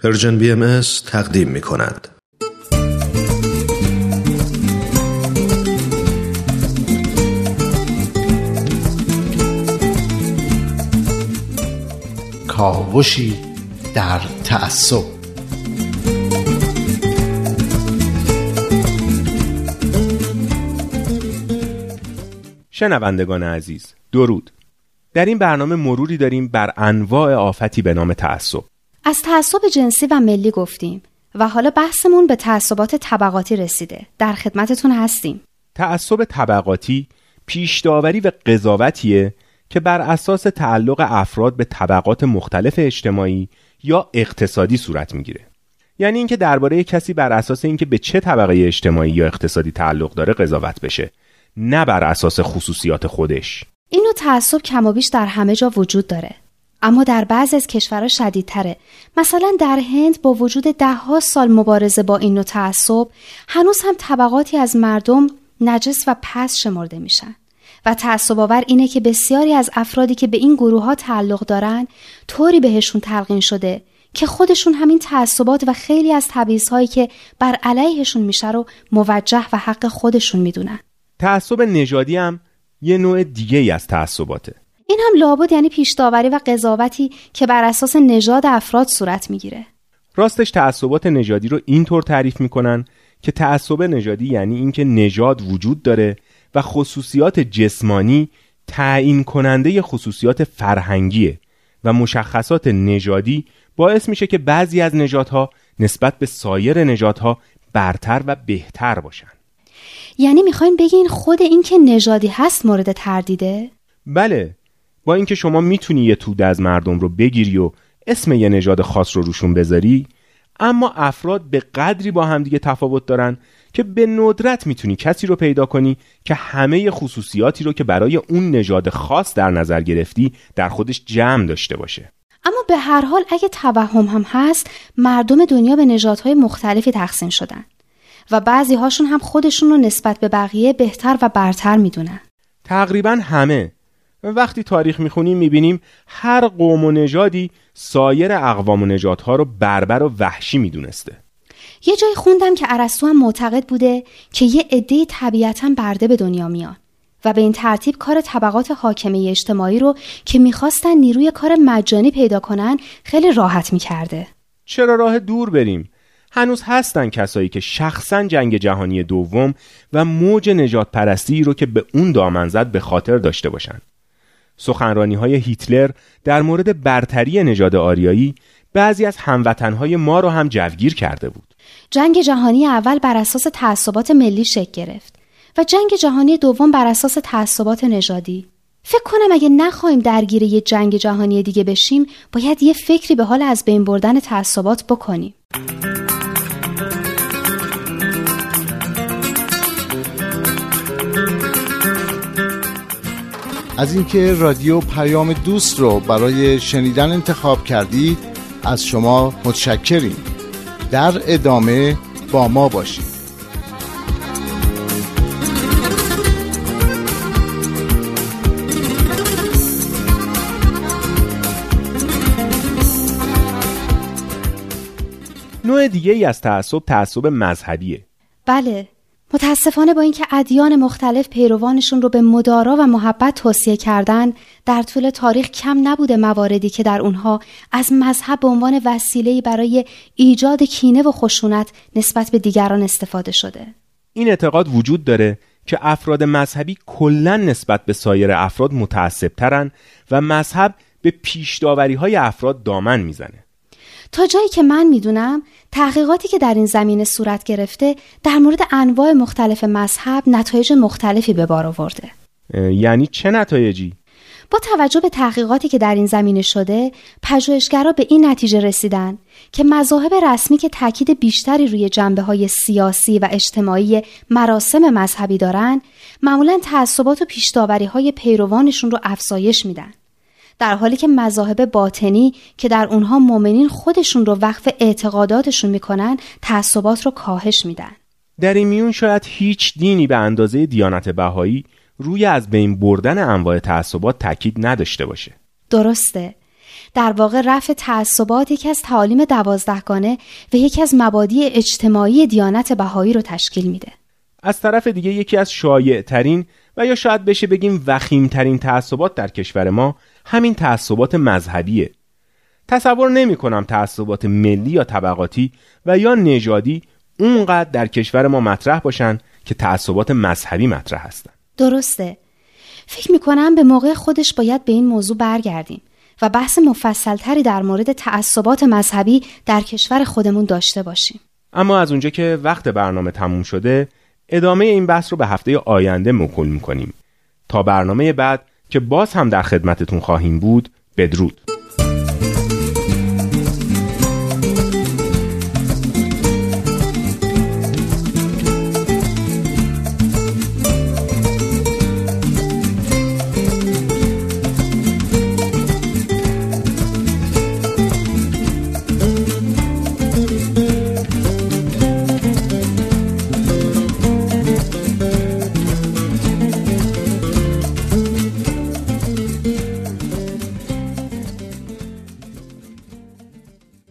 پرژن BMS تقدیم می کند. کاوشی در تعصب. شنوندگان عزیز، درود. در این برنامه مروری داریم بر انواع آفتی به نام تعصب. از تعصب جنسی و ملی گفتیم و حالا بحثمون به تعصبات طبقاتی رسیده. در خدمتتون هستیم. تعصب طبقاتی پیش داوری و قضاوتیه که بر اساس تعلق افراد به طبقات مختلف اجتماعی یا اقتصادی صورت میگیره. یعنی اینکه درباره کسی بر اساس اینکه به چه طبقه اجتماعی یا اقتصادی تعلق داره قضاوت بشه، نه بر اساس خصوصیات خودش. این نوع تعصب کم و بیش در همه جا وجود داره، اما در بعضی از کشورها شدیدتره. مثلا در هند با وجود ده‌ها سال مبارزه با این نوع تعصب، هنوز هم طبقاتی از مردم نجس و پست شمرده میشن. و تعصب آور اینه که بسیاری از افرادی که به این گروه‌ها تعلق دارن، طوری بهشون تلقین شده که خودشون همین تعصبات و خیلی از تبعیض‌هایی که بر علیهشون میشه رو موجه و حق خودشون میدونن. تعصب نژادی هم یه نوع دیگه‌ای از تعصباته. این هم لابد یعنی پیش داوری و قضاوتی که بر اساس نژاد افراد صورت میگیره. راستش تعصبات نژادی رو اینطور تعریف میکنن که تعصب نژادی یعنی اینکه نژاد وجود داره و خصوصیات جسمانی تعیین کننده خصوصیات فرهنگیه و مشخصات نژادی باعث میشه که بعضی از نژادها نسبت به سایر نژادها برتر و بهتر باشن. یعنی میخواین بگین خود این که نژادی هست مورد تردیده؟ بله، با اینکه شما میتونی یه توده از مردم رو بگیری و اسم یه نژاد خاص رو روشون بذاری، اما افراد به قدری با همدیگه تفاوت دارن که به ندرت میتونی کسی رو پیدا کنی که همه خصوصیاتی رو که برای اون نژاد خاص در نظر گرفتی در خودش جمع داشته باشه. اما به هر حال اگه توهم هم هست، مردم دنیا به نژادهای مختلفی تقسیم شدن و بعضی هاشون هم خودشون رو نسبت به بقیه بهتر و برتر میدونن. تقریبا همه. وقتی تاریخ میخونیم میبینیم هر قوم و نژادی سایر اقوام و نژادها رو بربر و وحشی میدونسته. یه جای خوندم که ارسطو هم معتقد بوده که یه عده‌ای طبیعتاً برده به دنیا میان و به این ترتیب کار طبقات حاکمه اجتماعی رو که میخواستن نیروی کار مجانی پیدا کنن خیلی راحت میکرده. چرا راه دور بریم؟ هنوز هستن کسایی که شخصاً جنگ جهانی دوم و موج نژاد پرستی رو که به اون دامن زد به خاطر داشته باشن. سخنرانی‌های هیتلر در مورد برتری نژاد آریایی بعضی از هموطنهای ما رو هم جوگیر کرده بود. جنگ جهانی اول بر اساس تعصبات ملی شکل گرفت و جنگ جهانی دوم بر اساس تعصبات نژادی. فکر کنم اگه نخوایم درگیر یه جنگ جهانی دیگه بشیم، باید یه فکری به حال از بین بردن تعصبات بکنیم. از اینکه رادیو پیام دوست رو برای شنیدن انتخاب کردید از شما متشکریم. در ادامه با ما باشید. نوع دیگه ای از تعصب مذهبیه. بله، متاسفانه با اینکه ادیان مختلف پیروانشون رو به مدارا و محبت توصیه کردن، در طول تاریخ کم نبوده مواردی که در اونها از مذهب به عنوان وسیله‌ای برای ایجاد کینه و خشونت نسبت به دیگران استفاده شده. این اعتقاد وجود داره که افراد مذهبی کلاً نسبت به سایر افراد متعصب‌ترن و مذهب به پیش‌داوری‌های افراد دامن میزنه. تا جایی که من میدونم تحقیقاتی که در این زمینه صورت گرفته در مورد انواع مختلف مذهب نتایج مختلفی به بار آورده. یعنی چه نتایجی؟ با توجه به تحقیقاتی که در این زمینه شده، پژوهشگرا به این نتیجه رسیدن که مذاهب رسمی که تاکید بیشتری روی جنبه‌های سیاسی و اجتماعی مراسم مذهبی دارن، معمولاً تعصبات و پیش‌داوری‌های پیروانشون رو افزایش میدن. در حالی که مذاهب باطنی که در اونها مؤمنین خودشون رو وقف اعتقاداتشون میکنن، تعصبات رو کاهش میدن. در این میون شاید هیچ دینی به اندازه دیانت بهایی روی از بین بردن انواع تعصبات تاکید نداشته باشه. درسته. در واقع رفع تعصبات یکی از تعالیم 12گانه و یکی از مبادی اجتماعی دیانت بهایی رو تشکیل میده. از طرف دیگه یکی از شایع‌ترین و یا شاید بشه بگیم وخیم‌ترین تعصبات در کشور ما همین تعصبات مذهبیه. تصور نمی‌کنم تعصبات ملی یا طبقاتی و یا نژادی اونقدر در کشور ما مطرح باشن که تعصبات مذهبی مطرح هستن. درسته. فکر می‌کنم به موقع خودش باید به این موضوع برگردیم و بحث مفصل‌تری در مورد تعصبات مذهبی در کشور خودمون داشته باشیم. اما از اونجا که وقت برنامه تموم شده، ادامه این بحث رو به هفته آینده موکول می‌کنیم. تا برنامه بعد که باز هم در خدمتتون خواهیم بود، بدرود.